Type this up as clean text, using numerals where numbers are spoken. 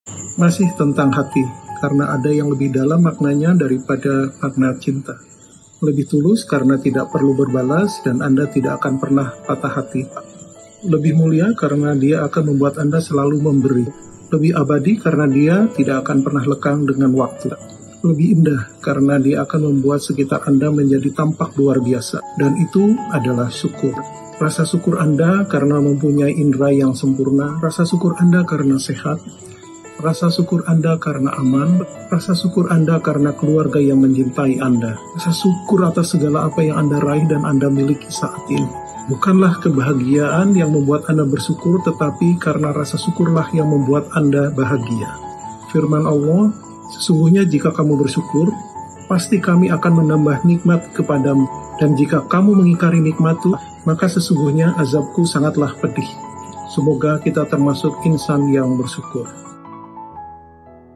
Masih tentang hati, karena ada yang lebih dalam maknanya daripada makna cinta. Lebih tulus karena tidak perlu berbalas dan Anda tidak akan pernah patah hati. Lebih mulia karena dia akan membuat Anda selalu memberi. Lebih abadi karena dia tidak akan pernah lekang dengan waktu. Lebih indah karena dia akan membuat sekitar Anda menjadi tampak luar biasa. Dan itu adalah syukur. Rasa syukur Anda karena mempunyai indera yang sempurna. Rasa syukur Anda karena sehat. Rasa syukur Anda karena aman, rasa syukur Anda karena keluarga yang mencintai Anda, rasa syukur atas segala apa yang Anda raih dan Anda miliki saat ini. Bukanlah kebahagiaan yang membuat Anda bersyukur, tetapi karena rasa syukurlah yang membuat Anda bahagia. Firman Allah, sesungguhnya jika kamu bersyukur, pasti kami akan menambah nikmat kepadamu, dan jika kamu mengingkari nikmatku, maka sesungguhnya azabku sangatlah pedih. Semoga kita termasuk insan yang bersyukur.